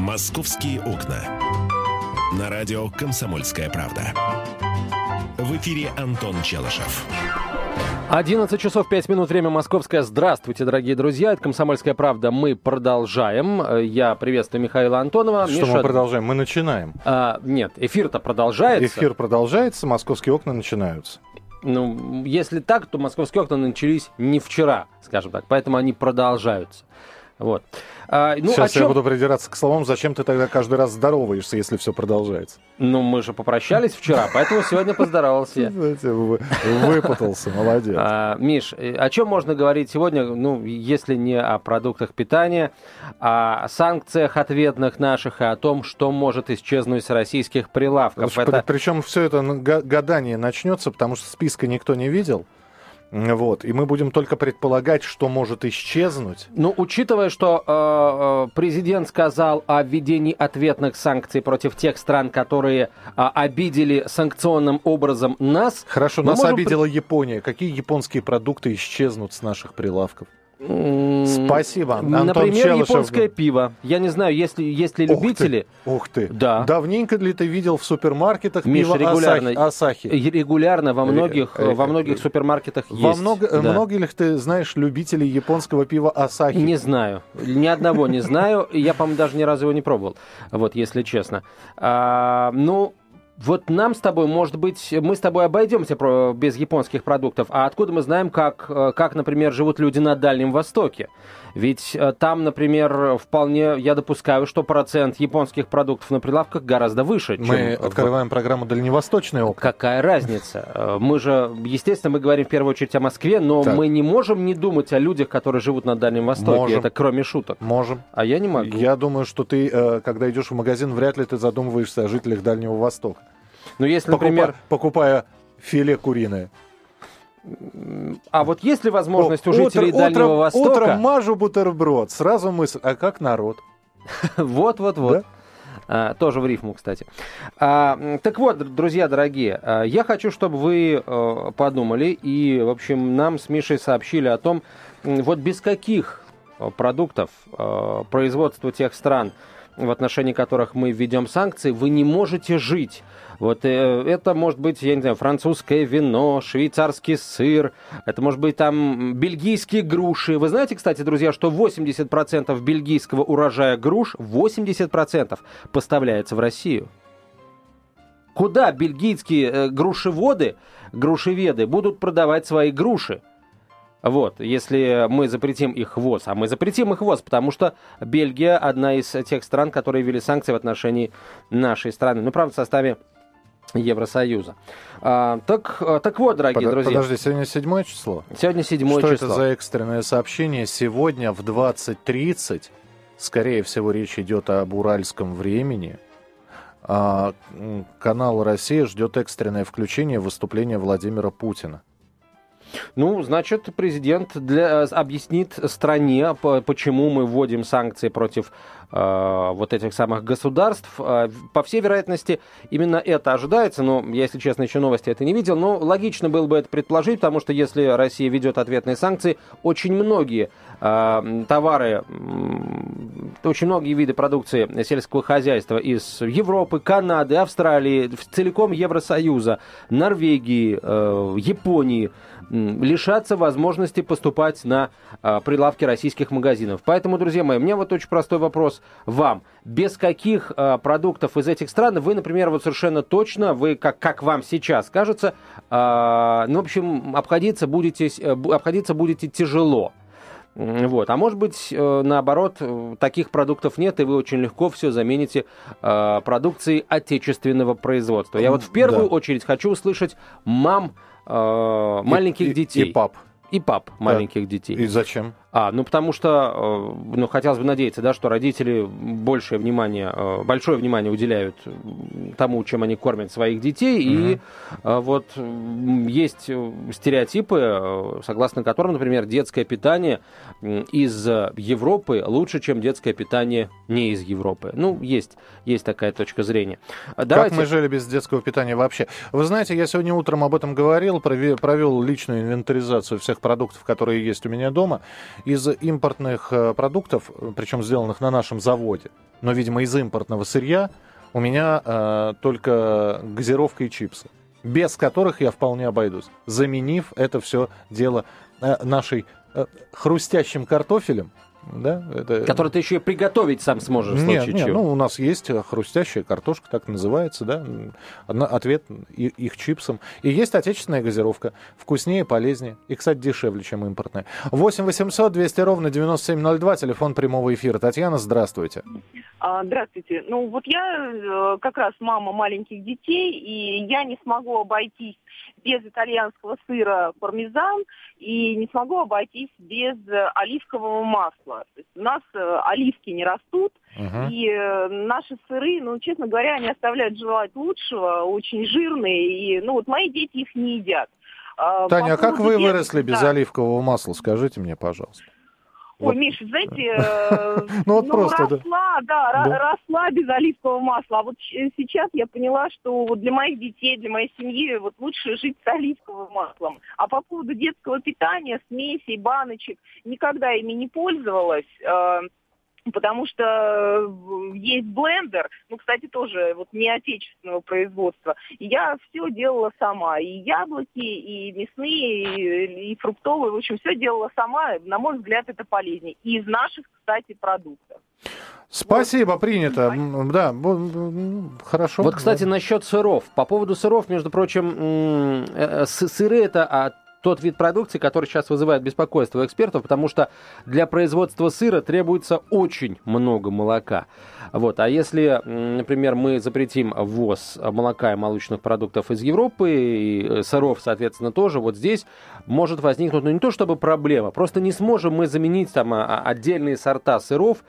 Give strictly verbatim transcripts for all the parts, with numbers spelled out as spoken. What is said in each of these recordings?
«Московские окна». На радио «Комсомольская правда». В эфире Антон Челышев. одиннадцать часов пять минут, время московское. Здравствуйте, дорогие друзья. Это «Комсомольская правда». Мы продолжаем. Я приветствую Михаила Антонова. Что Миша... мы продолжаем? Мы начинаем. А, нет, эфир-то продолжается. Эфир продолжается, «Московские окна» начинаются. Ну, если так, то «Московские окна» начались не вчера, скажем так. Поэтому они продолжаются. Вот. А, ну, Сейчас чем... я буду придираться к словам. Зачем ты тогда каждый раз здороваешься, если все продолжается? Ну, мы же попрощались вчера, поэтому сегодня поздоровался. Выпутался, молодец. А, Миш, о чем можно говорить сегодня, ну, если не о продуктах питания, а о санкциях ответных наших и о том, что может исчезнуть с российских прилавков. Это... Причем все это гадание начнется, потому что списка никто не видел. Вот, и мы будем только предполагать, что может исчезнуть. Ну, учитывая, что э, президент сказал о введении ответных санкций против тех стран, которые э, обидели санкционным образом нас... Хорошо, нас обидела при... Япония. Какие японские продукты исчезнут с наших прилавков? Спасибо. Антон Например, Челышев. Японское пиво. Я не знаю, есть ли, есть ли любители. Ух ты. Ух ты. Да. Давненько ли ты видел в супермаркетах Миш, пиво регулярно, Асахи? Регулярно во многих, э, э, во многих супермаркетах во есть. Много, да. Много ли ты знаешь любителей японского пива Асахи? Не знаю. Ни одного не знаю. Я, по-моему, даже ни разу его не пробовал. Вот, если честно. А, ну... Вот нам с тобой, может быть, мы с тобой обойдемся без японских продуктов. А откуда мы знаем, как, как, например, живут люди на Дальнем Востоке? Ведь там, например, вполне я допускаю, что процент японских продуктов на прилавках гораздо выше. Мы чем открываем в... программу «Дальневосточные окна». Какая разница? Мы же, естественно, мы говорим в первую очередь о Москве, но так. мы не можем не думать о людях, которые живут на Дальнем Востоке. Можем. Это кроме шуток. Можем. А я не могу. Я думаю, что ты, когда идешь в магазин, вряд ли ты задумываешься о жителях Дальнего Востока. Ну, если, например... Покупая, покупая филе куриное. А вот есть ли возможность О, у жителей утро, Дальнего утром, Востока... Утром мажу бутерброд. Сразу мысль, а как народ? Вот-вот-вот. А, тоже в рифму, кстати. А, так вот, друзья дорогие, а, я хочу, чтобы вы а, подумали и, в общем, нам с Мишей сообщили о том, вот без каких продуктов а, производства тех стран, в отношении которых мы введем санкции, вы не можете жить. Вот э, это может быть, я не знаю, французское вино, швейцарский сыр, это может быть там бельгийские груши. Вы знаете, кстати, друзья, что восемьдесят процентов бельгийского урожая груш, восемьдесят процентов поставляется в Россию. Куда бельгийские э, грушеводы, грушеведы будут продавать свои груши? Вот, если мы запретим их ввоз, а мы запретим их ввоз, потому что Бельгия одна из тех стран, которые ввели санкции в отношении нашей страны, ну, правда, в составе Евросоюза. А, так, так вот, дорогие Под, друзья. Подожди, сегодня седьмое число? Сегодня седьмое Что число. это за экстренное сообщение? Сегодня в двадцать тридцать, скорее всего, речь идет об уральском времени, а, канал «Россия» ждет экстренное включение выступления Владимира Путина. Ну, значит, президент для, объяснит стране, почему мы вводим санкции против э, вот этих самых государств. Э, по всей вероятности, именно это ожидается, но я, если честно, еще новости это не видел. Но логично было бы это предположить, потому что если Россия ведет ответные санкции, очень многие э, товары, э, очень многие виды продукции сельского хозяйства из Европы, Канады, Австралии, целиком Евросоюза, Норвегии, э, Японии, лишаться возможности поступать на а, прилавки российских магазинов. Поэтому, друзья мои, у меня вот очень простой вопрос вам. Без каких а, продуктов из этих стран вы, например, вот совершенно точно, вы, как, как вам сейчас кажется, а, ну, в общем, обходиться будете, обходиться будете тяжело. Вот. А может быть, наоборот, таких продуктов нет, и вы очень легко все замените а, продукцией отечественного производства. Я вот в первую да. очередь хочу услышать мам маленьких и, детей. И, и пап. И пап да. маленьких детей. И зачем? А, ну потому что, ну, хотелось бы надеяться, да, что родители большее внимание, большое внимание уделяют тому, чем они кормят своих детей, mm-hmm. и вот есть стереотипы, согласно которым, например, детское питание из Европы лучше, чем детское питание не из Европы. Ну, есть, есть такая точка зрения. Давайте... Как мы жили без детского питания вообще? Вы знаете, я сегодня утром об этом говорил, провел личную инвентаризацию всех продуктов, которые есть у меня дома. из импортных продуктов, причем сделанных на нашем заводе, но, видимо, из импортного сырья, у меня э, только газировка и чипсы, без которых я вполне обойдусь, заменив это все дело э, нашей э, хрустящим картофелем. Да, это... Который ты еще и приготовить сам сможешь в нет, случае нет, чего. ну, у нас есть хрустящая картошка, так называется, да, ответ их чипсам. И есть отечественная газировка, вкуснее, полезнее и, кстати, дешевле, чем импортная. восемь восемьсот двести ровно девяносто семь ноль два, телефон прямого эфира. Татьяна, здравствуйте. Здравствуйте. Ну, вот я как раз мама маленьких детей, и я не смогу обойтись без итальянского сыра пармезан и не смогу обойтись без оливкового масла. То есть у нас оливки не растут, uh-huh. и наши сыры, ну, честно говоря, они оставляют желать лучшего, очень жирные, и, ну, вот мои дети их не едят. Таня, а как вы детства, выросли без да. оливкового масла? Скажите мне, пожалуйста. Ой, вот. Миша, знаете, э, ну, вот ну просто, росла, да, да, да, росла без оливкового масла. А вот сейчас я поняла, что вот для моих детей, для моей семьи вот лучше жить с оливковым маслом. А по поводу детского питания, смесей, баночек, никогда ими не пользовалась. Э, Потому что есть блендер, ну, кстати, тоже вот не отечественного производства. И я все делала сама. И яблоки, и мясные, и, и фруктовые. В общем, все делала сама. На мой взгляд, это полезнее. И из наших, кстати, продуктов. Спасибо, вот. Принято. Спасибо. Да, хорошо. Вот, кстати, да. насчет сыров. По поводу сыров, между прочим, сыры это от тот вид продукции, который сейчас вызывает беспокойство у экспертов, потому что для производства сыра требуется очень много молока. Вот. А если, например, мы запретим ввоз молока и молочных продуктов из Европы, и сыров, соответственно, тоже, вот здесь может возникнуть, ну, не то чтобы проблема, просто не сможем мы заменить там отдельные сорта сыров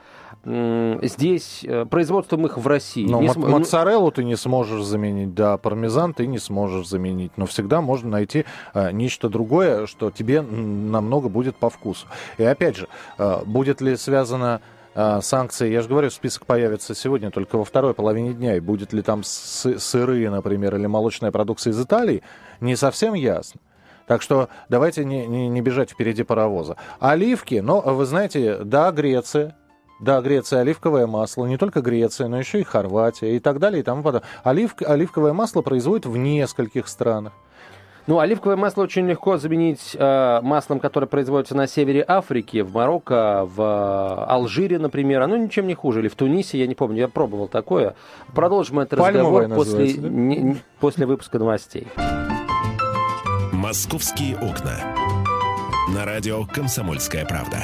здесь, производством их в России. Но не мо- см... моцареллу ты не сможешь заменить, да, пармезан ты не сможешь заменить, но всегда можно найти а, нечто другое, что тебе намного будет по вкусу. И опять же, а, будет ли связано а, санкции, я же говорю, список появится сегодня, только во второй половине дня, и будет ли там сы- сыры, например, или молочная продукция из Италии, не совсем ясно. Так что давайте не, не, не бежать впереди паровоза. Оливки, но вы знаете, да, Греция, Да, Греция, оливковое масло, не только Греция, но еще и Хорватия и так далее и тому подобное. Олив, оливковое масло производят в нескольких странах. Ну, оливковое масло очень легко заменить э, маслом, которое производится на севере Африки, в Марокко, в Алжире, например. Оно ничем не хуже. Или в Тунисе, я не помню, я пробовал такое. Продолжим этот разговор после, да? не, после выпуска новостей. «Московские окна». На радио «Комсомольская правда».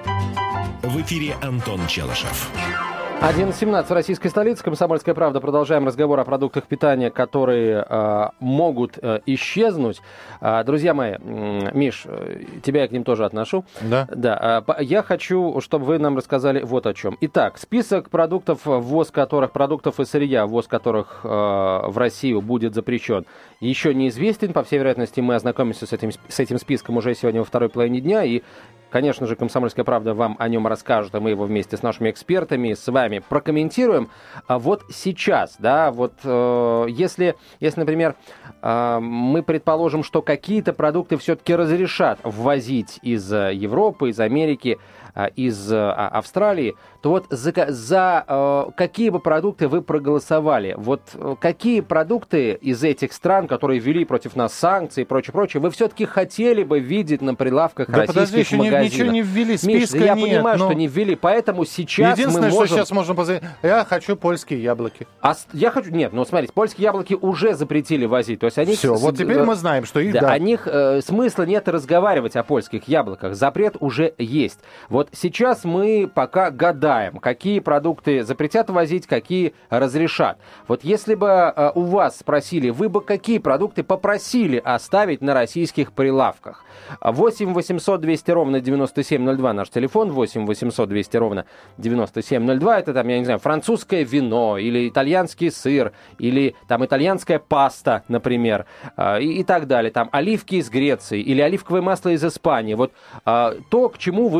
В эфире Антон Челышев. одиннадцать семнадцать в российской столице. «Комсомольская правда». Продолжаем разговор о продуктах питания, которые э, могут э, исчезнуть. Э, друзья мои, э, Миш, э, тебя я к ним тоже отношу. Да. Да. Э, я хочу, чтобы вы нам рассказали вот о чем. Итак, список продуктов, ввоз которых, продуктов и сырья, ввоз которых э, в Россию будет запрещен, еще неизвестен. По всей вероятности, мы ознакомимся с этим, с этим списком уже сегодня во второй половине дня. И, конечно же, «Комсомольская правда» вам о нем расскажет, и мы его вместе с нашими экспертами, с вами прокомментируем. А вот сейчас, да, вот э, если, если, например, э, мы предположим, что какие-то продукты все-таки разрешат ввозить из Европы, из Америки, э, из э, Австралии, то вот за, за э, какие бы продукты вы проголосовали? Вот э, какие продукты из этих стран, которые ввели против нас санкции и прочее, прочее, вы все-таки хотели бы видеть на прилавках да российских подожди, еще магазинов? Ничего не ввели, списка Миш, я нет, понимаю, но... что не ввели, поэтому сейчас Единственное, мы можем... что сейчас можно позвонить, я хочу польские яблоки. А я хочу... Нет, ну смотрите, польские яблоки уже запретили возить. То есть они... Все, вот теперь мы знаем, что их... Да, Да. о них э, смысла нет разговаривать о польских яблоках. Запрет уже есть. Вот сейчас мы пока гадаем, какие продукты запретят возить, какие разрешат. Вот если бы э, у вас спросили, вы бы какие продукты попросили оставить на российских прилавках? восемь восемьсот двести ровно девяносто семь ноль два наш телефон, восемь восемьсот двести ровно девяносто семь ноль два. Это там, я не знаю, французское вино, или итальянский сыр, или там итальянская паста, например, э, и, и так далее. Там оливки из Греции, или оливковое масло из Испании. Вот э, то, к чему вы, наверное,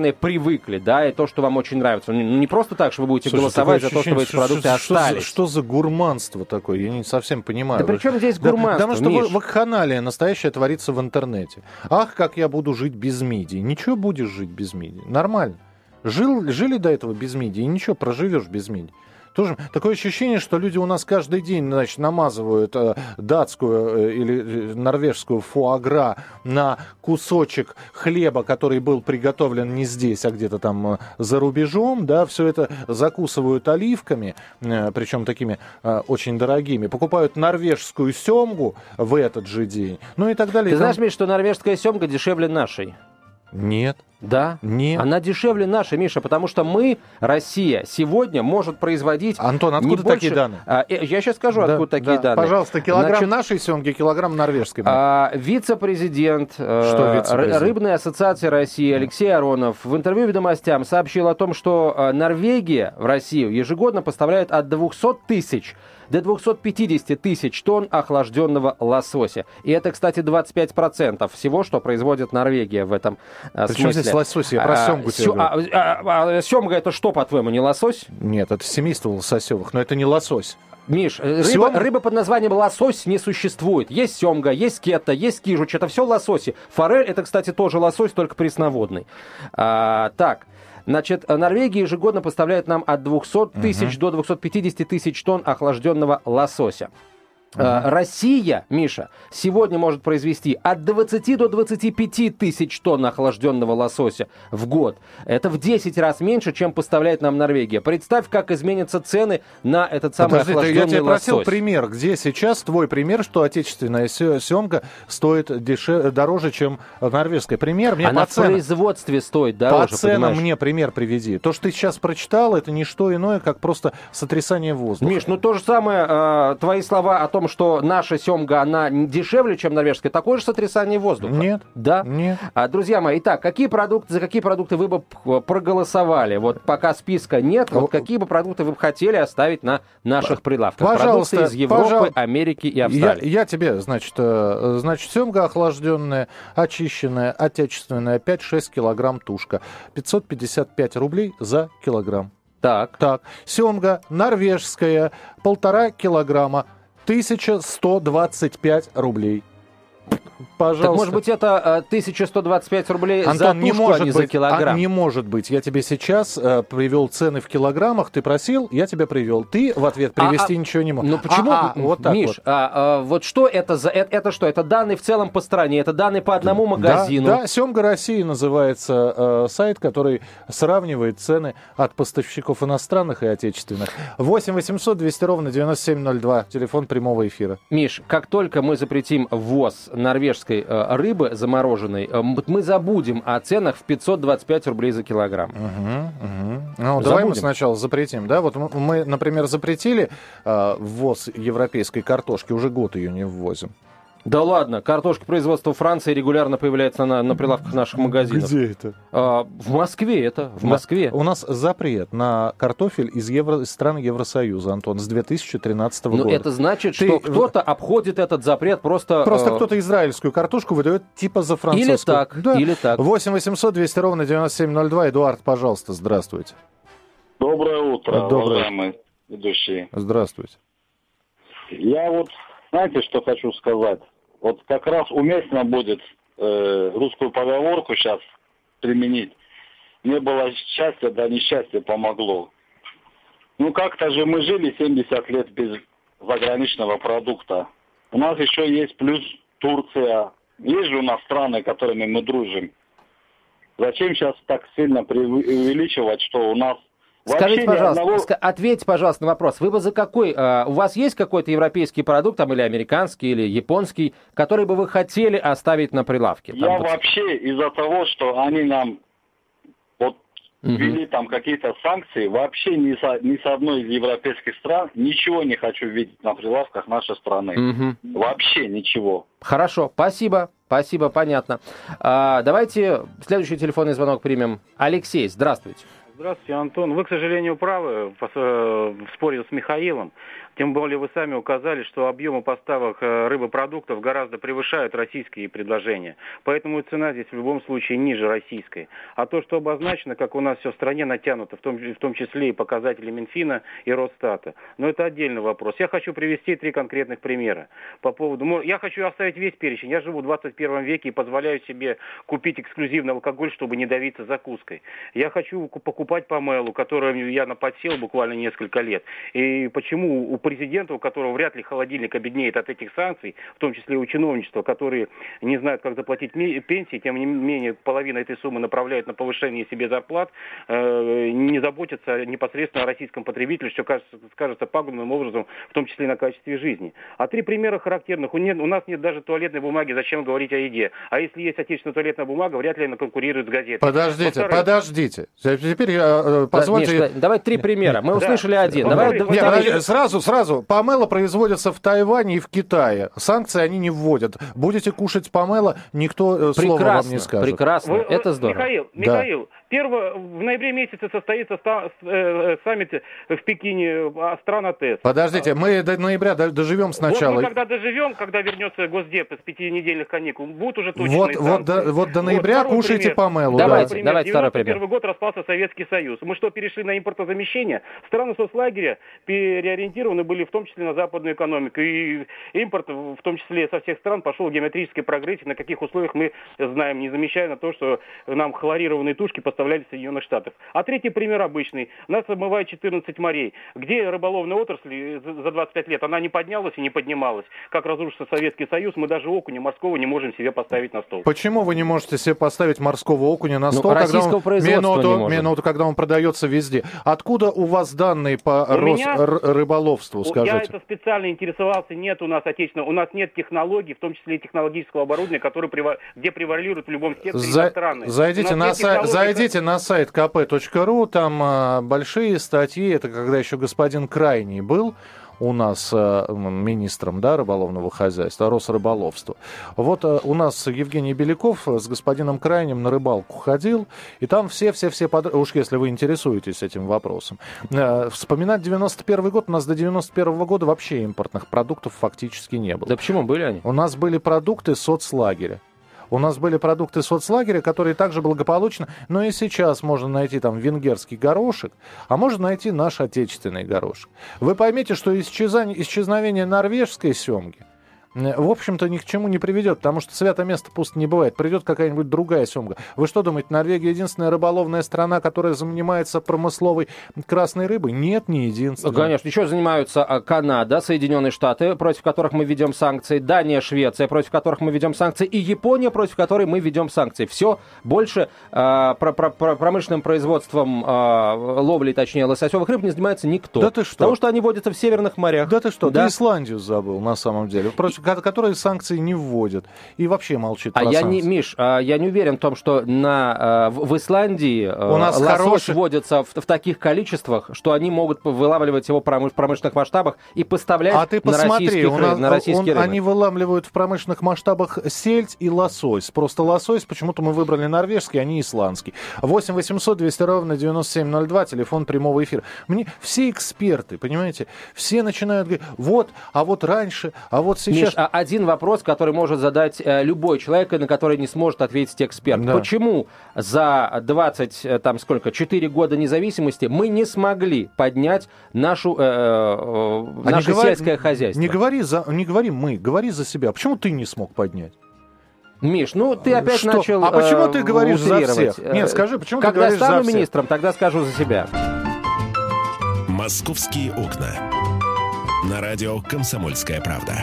наверное, привыкли, да, и то, что вам очень нравится. Ну, не просто так, что вы будете Слушай, голосовать за ощущение, то, чтобы эти что, продукты что, что, остались. за, что за гурманство такое? Я не совсем понимаю. Да при чем здесь гурманство, Да, потому Миш? что вакханалия настоящая творится в интернете. Ах, как я буду жить без мидий. Ничего, будешь жить без мидий. Нормально. Жил, жили до этого без мидий, и ничего, проживешь без мидий. Тоже такое ощущение, что люди у нас каждый день, значит, намазывают э, датскую э, или норвежскую фуагра на кусочек хлеба, который был приготовлен не здесь, а где-то там э, за рубежом, да, все это закусывают оливками, э, причем такими э, очень дорогими, покупают норвежскую семгу в этот же день, ну и так далее. Ты и там... знаешь, Миш, что норвежская семга дешевле нашей? Нет. Да, Нет. Она дешевле нашей, Миша, потому что мы, Россия, сегодня может производить... Антон, откуда не больше... такие данные? А, я сейчас скажу, Да, откуда такие да. данные. Пожалуйста, килограмм Значит, нашей семги, килограмм норвежской. А, вице-президент, Что э, вице-президент? Рыбной ассоциации России Алексей Аронов в интервью «Ведомостям» сообщил о том, что э, Норвегия в Россию ежегодно поставляет от двухсот тысяч до двухсот пятидесяти тысяч тонн охлажденного лосося. И это, кстати, двадцать пять процентов всего, что производит Норвегия в этом э, Причем смысле. здесь лосось? Я про семгу а, тебе сё, говорю. а, а, а, семга это что, по-твоему, не лосось? Нет, это семейство лососевых, но это не лосось. Миш, рыба, Сём- рыба под названием лосось не существует. Есть семга, есть кетта, есть кижуч. Это все лососи. Форель это, кстати, тоже лосось, только пресноводный. А, так. Значит, Норвегия ежегодно поставляет нам от двухсот тысяч uh-huh. до двухсот пятидесяти тысяч тонн охлажденного лосося. Uh-huh. Россия, Миша, сегодня может произвести от двадцати до двадцати пяти тысяч тонн охлажденного лосося в год. Это в десять раз меньше, чем поставляет нам Норвегия. Представь, как изменятся цены на этот самый Подожди, охлажденный я тебе просил лосось. пример, где сейчас твой пример, что отечественная сё- семга стоит дешев... дороже, чем норвежская. Пример мне Она по в ценам. производстве стоит дороже, По ценам понимаешь? мне пример приведи. То, что ты сейчас прочитал, это не что иное, как просто сотрясание воздуха. Миш, ну то же самое, э, твои слова о том, что наша семга, она дешевле, чем норвежская, такое же сотрясание воздуха. Нет. Да? Нет. А, друзья мои, итак, какие продукты, за какие продукты вы бы п- проголосовали? Вот пока списка нет, вот какие бы продукты вы бы хотели оставить на наших прилавках? Пожалуйста, Продукты из Европы, пожалуйста. Америки и Я, Австралии. я тебе, значит, э, значит, семга охлажденная, очищенная, отечественная, пять-шесть килограмм тушка. пятьсот пятьдесят пять рублей за килограмм. Так. Так, семга норвежская, полтора килограмма, тысяча сто двадцать пять рублей. Пожалуйста. Так, может быть, это э, тысяча сто двадцать пять рублей Антон, за тушку, не может а не быть, за килограмм? А, не может быть. Я тебе сейчас э, привел цены в килограммах. Ты просил, я тебя привел. Ты в ответ привести А, а, ничего не можешь. Ну почему, А, а, вот так Миш, вот. А, а, вот что это за... Это, это что? Это данные в целом по стране? Это данные по одному магазину? Да, да, «Семга России» называется э, сайт, который сравнивает цены от поставщиков иностранных и отечественных. восемь восемьсот двести ровно девяносто семь ноль два. Телефон прямого эфира. Миш, как только мы запретим ввоз норвежской э, рыбы замороженной, э, мы забудем о ценах в пятьсот двадцать пять рублей за килограмм. Угу, угу. Ну, давай мы Забудем. сначала запретим. Да? Вот мы, например, запретили э, ввоз европейской картошки, уже год ее не ввозим. Да ладно, картошка производства Франции регулярно появляется на, на прилавках наших магазинов. Где это? А, в Москве это, в Да. Москве. У нас запрет на картофель из, Евро... из стран Евросоюза, Антон, с две тысячи тринадцатого Но года. это значит, Ты- что кто-то обходит этот запрет просто... Просто э, кто-то израильскую картошку выдает типа за французскую. Или так, Да. или так. восемь восемьсот двести ровно девяносто семь ноль два. Эдуард, пожалуйста, здравствуйте. Доброе утро, Доброе. уважаемые ведущие. Здравствуйте. Я вот, знаете, что хочу сказать? Вот как раз уместно будет э, русскую поговорку сейчас применить. Не было счастья, да несчастье помогло. Ну как-то же мы жили семьдесят лет без заграничного продукта. У нас еще есть плюс Турция. Есть же у нас страны, которыми мы дружим. Зачем сейчас так сильно преувеличивать, что у нас... Скажите, вообще ни пожалуйста, одного- ска- ответьте, пожалуйста, на вопрос. Вы бы за какой... э, у вас есть какой-то европейский продукт, там, или американский, или японский, который бы вы хотели оставить на прилавке? Там Я вот- вообще из-за того, что они нам вот Мгм. ввели там какие-то санкции, вообще ни со, ни с одной из европейских стран ничего не хочу видеть на прилавках нашей страны. Мгм. Вообще ничего. Хорошо, спасибо, спасибо, понятно. А, давайте следующий телефонный звонок примем. Алексей, здравствуйте. Здравствуйте, Антон. Вы, к сожалению, правы в споре с Михаилом. Тем более вы сами указали, что объемы поставок рыбопродуктов гораздо превышают российские предложения. Поэтому цена здесь в любом случае ниже российской. А то, что обозначено, как у нас все в стране натянуто, в том, в том числе и показатели Минфина и Росстата. Но это отдельный вопрос. Я хочу привести три конкретных примера. По поводу... Я хочу оставить весь перечень. Я живу в двадцать первом веке и позволяю себе купить эксклюзивный алкоголь, чтобы не давиться закуской. Я хочу покупать помелу, которую я наподсел буквально несколько лет. И почему у президента, у которого вряд ли холодильник обеднеет от этих санкций, в том числе и у чиновничества, которые не знают, как заплатить пенсии, тем не менее половина этой суммы направляют на повышение себе зарплат, э, не заботятся непосредственно о российском потребителе, что кажется, скажется пагубным образом, в том числе и на качестве жизни. А три примера характерных. У, нет, у нас нет даже туалетной бумаги, зачем говорить о еде. А если есть отечественная туалетная бумага, вряд ли она конкурирует с газетой. Подождите, Во-вторых... подождите. Теперь э, позвольте... Да, Миш, давай три примера. Мы услышали да. один. Давай, Нет, подожди, сразу, сразу. Помело производится в Тайване и в Китае. Санкции они не вводят. Будете кушать помело, никто прекрасно, слова вам не скажет. Прекрасно, вы, это здорово. Михаил, да. Михаил, первого, в ноябре месяце состоится ста, э, саммит в Пекине стран АТЭС. Подождите, мы до ноября доживем сначала. Вот мы когда доживем, когда вернется Госдеп из пятинедельных каникул, будут уже точные вот, санкции. Вот до, вот до ноября вот кушайте пример. помело. Давайте, да. пример. давайте второй пример. девяносто первый год распался Советский Союз. Мы что, перешли на импортозамещение? Страны соцлагеря переориентированы были в том числе на западную экономику. И импорт, в том числе со всех стран, пошел в геометрической прогрессии. На каких условиях мы знаем, не замечая на то, что нам хлорированные тушки поставляли из Соединенных Штатов. А третий пример обычный. Нас омывает четырнадцать морей. Где рыболовная отрасль за двадцать пять лет? Она не поднялась и не поднималась. Как разрушился Советский Союз, мы даже окуня морского не можем себе поставить на стол. Почему вы не можете себе поставить морского окуня на стол, ну, когда он, минуту, не минуту, когда он продается везде? Откуда у вас данные по Росрыболовству, скажите? Я это специально интересовался. Нет у нас отечественного, у нас нет технологий, в том числе и технологического оборудования, которое, где превалирует в любом секторе За, иностранные. Зайдите на, сайт, зайдите на сайт ка пэ точка ру, там а, большие статьи, это когда еще господин Крайний был у нас э, министром, да, рыболовного хозяйства, Росрыболовства. Вот э, у нас Евгений Беляков с господином Крайним на рыбалку ходил, и там все-все-все, под... уж если вы интересуетесь этим вопросом. Э, вспоминать девяносто первый год, у нас до девяносто первого года вообще импортных продуктов фактически не было. Да почему были они? У нас были продукты соцлагеря. У нас были продукты соцлагеря, которые также благополучно, но и сейчас можно найти там венгерский горошек, а можно найти наш отечественный горошек. Вы поймите, что исчезание, исчезновение норвежской семги, в общем-то, ни к чему не приведет, потому что свято место пусто не бывает. Придет какая-нибудь другая семга. Вы что думаете, Норвегия единственная рыболовная страна, которая занимается промысловой красной рыбой? Нет, не единственная. Конечно, еще занимаются Канада, Соединенные Штаты, против которых мы ведем санкции, Дания, Швеция, против которых мы ведем санкции, и Япония, против которой мы ведем санкции. Все больше э, про, про, про промышленным производством э, ловли, точнее, лососевых рыб не занимается никто. Да ты что? Потому что они водятся в северных морях. Да ты что? Да? Ты Исландию забыл, на самом деле. Против которые санкции не вводят. И вообще молчит а про я санкции. Не, Миш, я не уверен в том, что на, в Исландии у нас лосось хороший... водится в, в таких количествах, что они могут вылавливать его в промышленных масштабах и поставлять а ты посмотри, на, рыб, на российские он, Они выламливают в промышленных масштабах сельдь и лосось. Просто лосось, почему-то мы выбрали норвежский, а не исландский. восемь восемьсот двести ровно девяносто семь ноль два, телефон прямого эфира. Мне все эксперты, понимаете, все начинают говорить, вот, а вот раньше, а вот сейчас... Миш, а один вопрос, который может задать э, любой человек, и на который не сможет ответить эксперт. Да. Почему за двадцать, там сколько, четыре года независимости мы не смогли поднять нашу, э, э, а наше говори, сельское хозяйство? Не говори, за, не говори мы, говори за себя. Почему ты не смог поднять? Миш, ну ты опять Что? начал А почему э, ты говоришь за всех? Э, Нет, скажи, почему ты Когда говоришь за всех? Когда стану министром, тогда скажу за себя. «Московские окна». На радио «Комсомольская правда».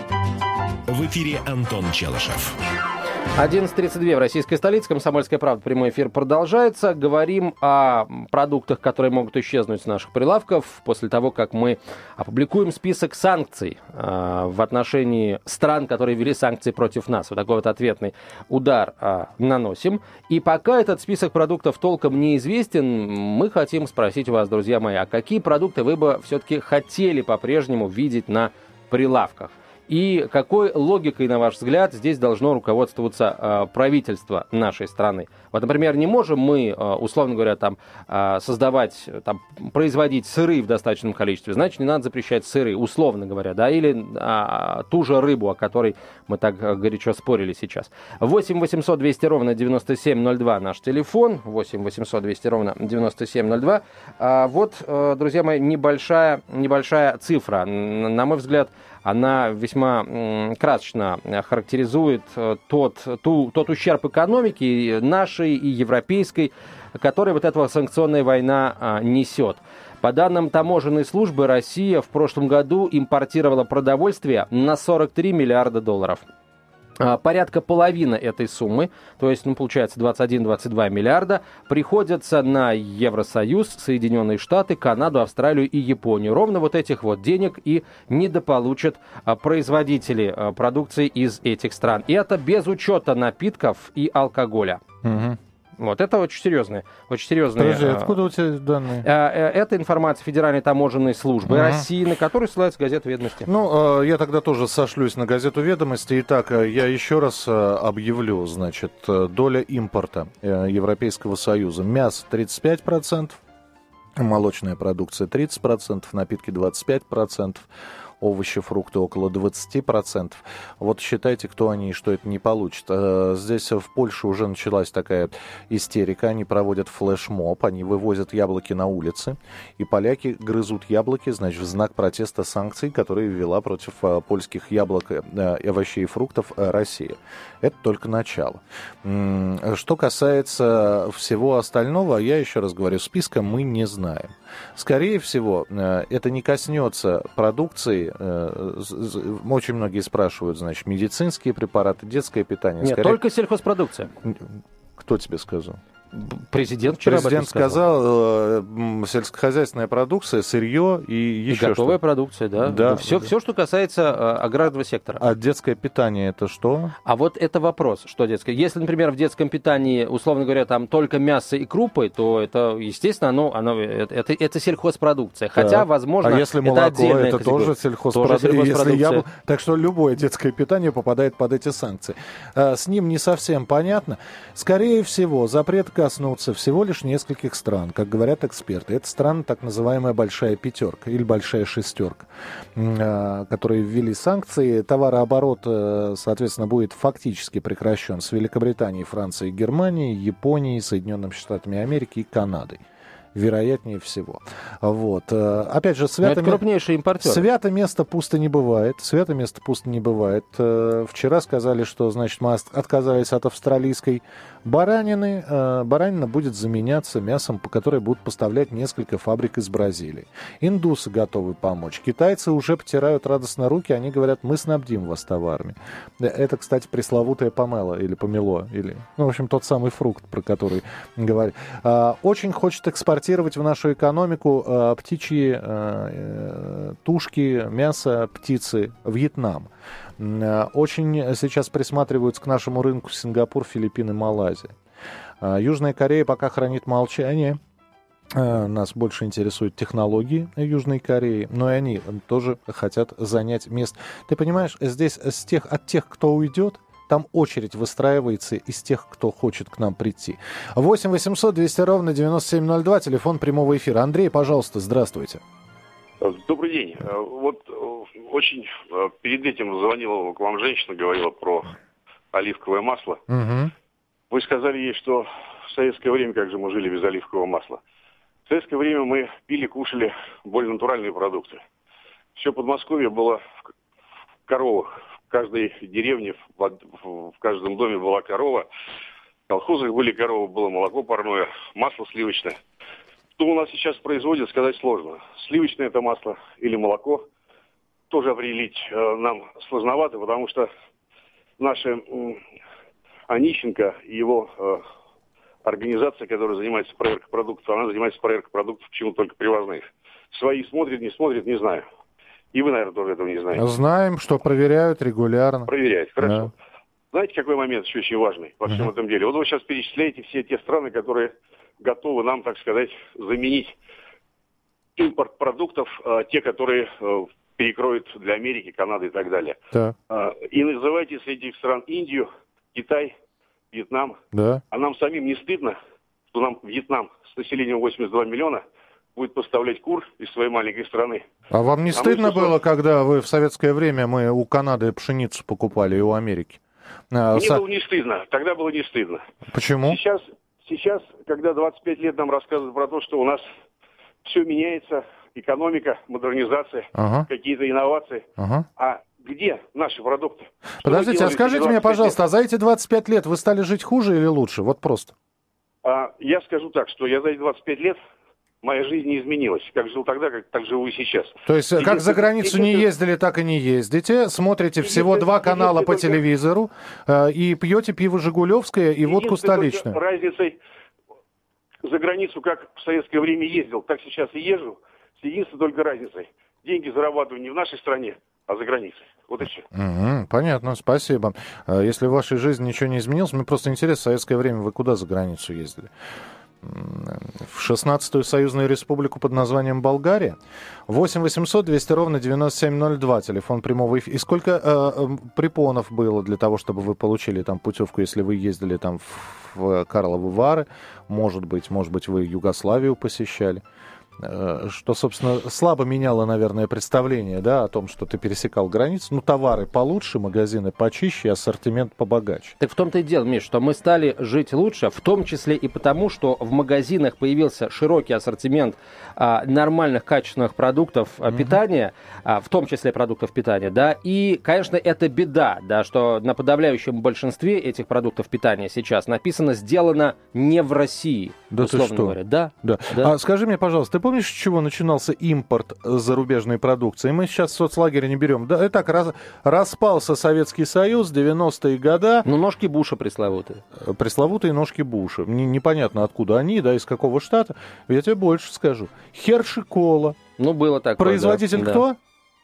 В эфире Антон Челышев. одиннадцать тридцать два в российской столице. «Комсомольская правда». Прямой эфир продолжается. Говорим о продуктах, которые могут исчезнуть с наших прилавков после того, как мы опубликуем список санкций э, в отношении стран, которые ввели санкции против нас. Вот такой вот ответный удар э, наносим. И пока этот список продуктов толком неизвестен, мы хотим спросить у вас, друзья мои, а какие продукты вы бы все-таки хотели по-прежнему видеть на прилавках? И какой логикой, на ваш взгляд, здесь должно руководствоваться э, правительство нашей страны? Вот, например, не можем мы, э, условно говоря, там, э, создавать, там, производить сыры в достаточном количестве, значит, не надо запрещать сыры, условно говоря, да, или э, ту же рыбу, о которой мы так горячо спорили сейчас. восемь восемьсот двести ровно девяносто семь ноль два наш телефон, восемь восемьсот двести ровно девяносто семь ноль два. А вот, э, друзья мои, небольшая, небольшая цифра, на мой взгляд, она весьма красочно характеризует тот, ту, тот ущерб экономики нашей и европейской, который вот эта санкционная война несет. По данным таможенной службы, Россия в прошлом году импортировала продовольствие на сорок три миллиарда долларов. Порядка половины этой суммы, то есть, ну, получается, двадцать один - двадцать два миллиарда, приходится на Евросоюз, Соединенные Штаты, Канаду, Австралию и Японию. Ровно вот этих вот денег и недополучат производители продукции из этих стран. И это без учета напитков и алкоголя. Угу. Вот, это очень серьезные, очень серьезные... Подожди, откуда у тебя данные? Это информация Федеральной таможенной службы uh-huh. России, на которую ссылается газета «Ведомости». Ну, я тогда тоже сошлюсь на газету «Ведомости». Итак, я еще раз объявлю, значит, доля импорта Европейского Союза. Мясо тридцать пять процентов, молочная продукция тридцать процентов, напитки двадцать пять процентов. Овощи, фрукты около двадцать процентов. Вот считайте, кто они и что это не получит. Здесь в Польше уже началась такая истерика. Они проводят флешмоб, они вывозят яблоки на улицы, и поляки грызут яблоки, значит, в знак протеста санкций, которые ввела против польских яблок, овощей и фруктов Россия. Это только начало. Что касается всего остального, я еще раз говорю, списка мы не знаем. Скорее всего, это не коснется продукции. Очень многие спрашивают, значит, медицинские препараты, детское питание. Нет, Скорее... только сельхозпродукция. Кто тебе сказал? Президент вчера Президент сказал, сказал э, сельскохозяйственная продукция, сырье и еще и готовая что-то. продукция, да. да все, да. все, что касается э, аграрного сектора. А детское питание это что? А вот это вопрос, что детское. Если, например, в детском питании, условно говоря, там только мясо и крупы, то это, естественно, оно, оно, это, это, это сельхозпродукция. Да. Хотя, возможно, а если молоко, это отдельная это категория. тоже сельхозпродукция. Тоже сельхозпродукция. Если ябл... Так что любое детское питание попадает под эти санкции. А, с ним не совсем понятно. Скорее всего, запрет коснутся всего лишь нескольких стран, как говорят эксперты. Это страны, так называемая большая пятерка или большая шестерка, которые ввели санкции. Товарооборот, соответственно, будет фактически прекращен с Великобританией, Францией, Германией, Японией, Соединенными Штатами Америки и Канадой. Вероятнее всего. Вот. Опять же, свято... это крупнейший импортер. Свято место пусто не бывает. Свято место пусто не бывает. Вчера сказали, что, значит, мы отказались от австралийской баранины. Баранина будет заменяться мясом, по которой будут поставлять несколько фабрик из Бразилии. Индусы готовы помочь. Китайцы уже потирают радостно руки. Они говорят, мы снабдим вас товарами. Это, кстати, пресловутая помело или помело. Или, ну, в общем, тот самый фрукт, про который говорят. Очень хочет экспортировать в нашу экономику э, птичьи э, тушки, мясо, птицы, Вьетнам. Э, очень сейчас присматриваются к нашему рынку Сингапур, Филиппины, Малайзия. Э, Южная Корея пока хранит молчание. Э, нас больше интересуют технологии Южной Кореи, но и они тоже хотят занять место. Ты понимаешь, здесь с тех, от тех, кто уйдет, там очередь выстраивается из тех, кто хочет к нам прийти. восемь восемьсот двести ровно девяносто семь ноль два, телефон прямого эфира. Андрей, пожалуйста, здравствуйте. Добрый день. Вот очень перед этим звонила к вам женщина, говорила про оливковое масло. Угу. Вы сказали ей, что в советское время, как же мы жили без оливкового масла. В советское время мы пили, кушали более натуральные продукты. Все Подмосковье было в коровах. В каждой деревне, в, в каждом доме была корова. В колхозах были коровы, было молоко парное, масло сливочное. Что у нас сейчас производят, сказать сложно. Сливочное это масло или молоко тоже определить э, нам сложновато, потому что наша э, Онищенко и его э, организация, которая занимается проверкой продуктов, она занимается проверкой продуктов почему-то только привозных. Свои смотрят, не смотрят, не знаю. И вы, наверное, тоже этого не знаете. Знаем, что проверяют регулярно. Проверяют, хорошо. Да. Знаете, какой момент еще очень важный во всем uh-huh. этом деле? Вот вы сейчас перечисляете все те страны, которые готовы нам, так сказать, заменить импорт продуктов, э, те, которые э, перекроет для Америки, Канады и так далее. Да. И называйте среди этих стран Индию, Китай, Вьетнам. Да. А нам самим не стыдно, что нам Вьетнам с населением восемьдесят два миллиона будет поставлять кур из своей маленькой страны. А вам не а стыдно мы, было, когда вы в советское время мы у Канады пшеницу покупали и у Америки? Мне Со... было не стыдно. Тогда было не стыдно. Почему? Сейчас, сейчас, когда двадцать пять лет нам рассказывают про то, что у нас все меняется, экономика, модернизация, ага. какие-то инновации. Ага. А где наши продукты? Что Подождите, а скажите мне, пожалуйста, лет? а за эти двадцать пять лет вы стали жить хуже или лучше? Вот просто. А, я скажу так, что я за эти двадцать пять лет моя жизнь не изменилась. Как жил тогда, как так живу и сейчас. То есть, и как за границу не ездили, так и не ездите. Смотрите всего два канала по телевизору э, и пьете пиво «Жигулевское» и водку столичную. Разницей за границу, как в советское время ездил, так сейчас и езжу. С единственной только разницей. Деньги зарабатываю не в нашей стране, а за границей. Вот и все. Угу, понятно, спасибо. Если в вашей жизни ничего не изменилось, мне просто интересно, в советское время вы куда за границу ездили? В шестнадцатую союзную республику под названием Болгария. восемь восемьсот двести ровно девяносто семь ноль два, телефон прямого эфира. И сколько э, э, препонов было для того, чтобы вы получили там путевку, если вы ездили там в, в Карловы Вары? Может быть, может быть, вы Югославию посещали? Что, собственно, слабо меняло, наверное, представление, да, о том, что ты пересекал границу. Ну, товары получше, магазины почище, ассортимент побогаче. Так в том-то и дело, Миш, что мы стали жить лучше, в том числе и потому, что в магазинах появился широкий ассортимент а, нормальных, качественных продуктов а, mm-hmm. питания, а, в том числе продуктов питания, да, и, конечно, это беда, да, что на подавляющем большинстве этих продуктов питания сейчас написано «сделано не в России», да условно говоря. Да, да. да. А скажи мне, пожалуйста, ты помнишь, с чего начинался импорт зарубежной продукции? Мы сейчас соцлагеря не берем. Да, и так, раз, распался Советский Союз, девяностые годы. Ну, ножки Буша пресловутые. Пресловутые ножки Буша. Не, непонятно, откуда они, да, из какого штата. Я тебе больше скажу. Херши-кола. Ну, было такое, производитель да. кто?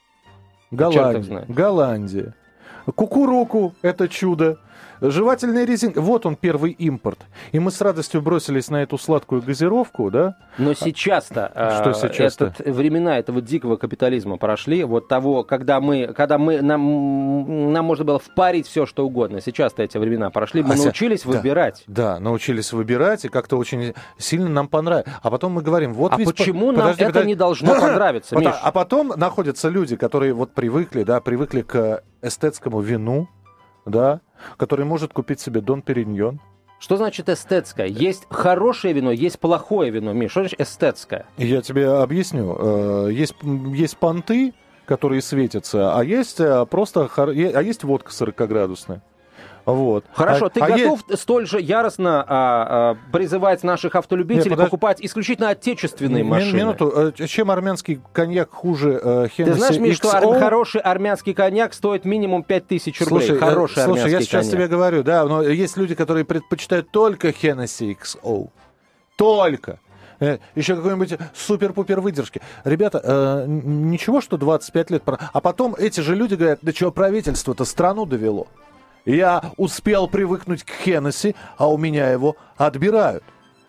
Голландия. Голландия. Кукуруку — это чудо. Жевательная резинка. Вот он, первый импорт. И мы с радостью бросились на эту сладкую газировку, да? Но сейчас-то, Что сейчас-то? Этот, времена этого дикого капитализма прошли, вот того, когда мы, когда мы, нам, нам можно было впарить все, что угодно. Сейчас-то эти времена прошли, мы а научились да, выбирать. Да, научились выбирать, и как-то очень сильно нам понравилось. А потом мы говорим, вот а ведь... почему по... нам подожди, это подожди. не должно понравиться, Миш? А потом находятся люди, которые вот привыкли, да, привыкли к эстетскому вину, да, который может купить себе Дон Периньон. Что значит эстетское? Есть хорошее вино, есть плохое вино. Миш, что значит эстетское? Я тебе объясню. Есть, есть понты, которые светятся, а есть просто а есть водка сорокаградусная. Вот. Хорошо, а, ты а готов есть... столь же яростно а, а, призывать наших автолюбителей Нет, подож... покупать исключительно отечественные М- машины? Минуту. Чем армянский коньяк хуже э, Хеннесси? Ты знаешь, Миш, икс о? что ар- хороший армянский коньяк стоит минимум пять тысяч рублей. Слушай, хороший э, слушай, армянский я сейчас коньяк. тебе говорю, да, но есть люди, которые предпочитают только Хеннесси икс о. Только. Еще какой-нибудь супер-пупер выдержки. Ребята, э, ничего, что двадцать пять лет... А потом эти же люди говорят, да что правительство-то страну довело. Я успел привыкнуть к Хеннесси, а у меня его отбирают.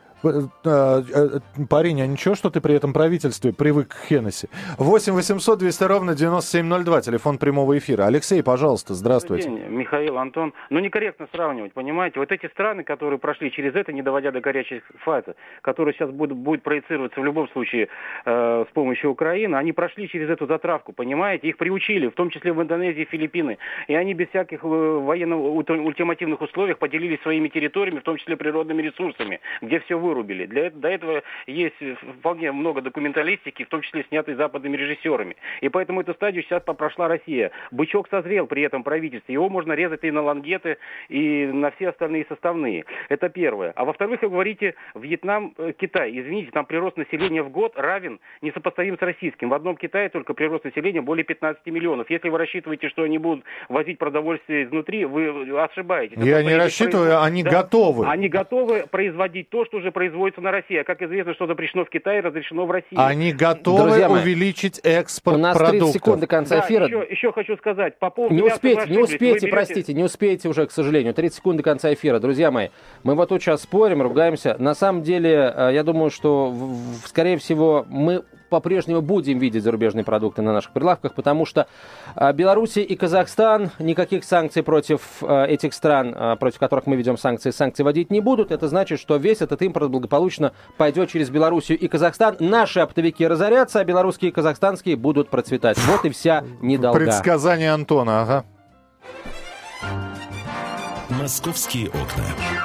Парень, а ничего, что ты при этом правительстве привык к Хеннесси? восемь восемьсот двести ровно девяносто семь ноль два, телефон прямого эфира. Алексей, пожалуйста, здравствуйте. Добрый день, Михаил, Антон. Ну, некорректно сравнивать, понимаете? Вот эти страны, которые прошли через это, не доводя до горячей фазы, которые сейчас будут, будут проецироваться в любом случае э, с помощью Украины, они прошли через эту затравку, понимаете? Их приучили, в том числе в Индонезии, Филиппины. И они без всяких военно-ультимативных условий поделились своими территориями, в том числе природными ресурсами, где все вы вырубили. Для, до этого есть вполне много документалистики, в том числе снятой западными режиссерами. И поэтому эту стадию сейчас прошла Россия. Бычок созрел при этом правительстве. Его можно резать и на лангеты, и на все остальные составные. Это первое. А во-вторых, вы говорите, Вьетнам, Китай. Извините, там прирост населения в год равен, несопоставим с российским. В одном Китае только прирост населения более пятнадцать миллионов. Если вы рассчитываете, что они будут возить продовольствие изнутри, вы ошибаетесь. Я не рассчитываю, производ... они да? готовы. Они готовы производить то, что уже производится на России. А как известно, что запрещено в Китае, разрешено в России. Они готовы увеличить экспорт продуктов. У нас тридцать секунд до конца да, эфира. Еще, еще хочу сказать. По поводу не успейте, не успейте, берете... простите, не успейте уже, к сожалению. тридцать секунд до конца эфира. Друзья мои, мы вот тут сейчас спорим, ругаемся. На самом деле, я думаю, что, скорее всего, мы по-прежнему будем видеть зарубежные продукты на наших прилавках, потому что Белоруссия и Казахстан никаких санкций против этих стран, против которых мы ведем санкции, санкции вводить не будут. Это значит, что весь этот импорт благополучно пойдет через Белоруссию и Казахстан. Наши оптовики разорятся, а белорусские и казахстанские будут процветать. Вот и вся недолга. Предсказание Антона, ага. «Московские окна».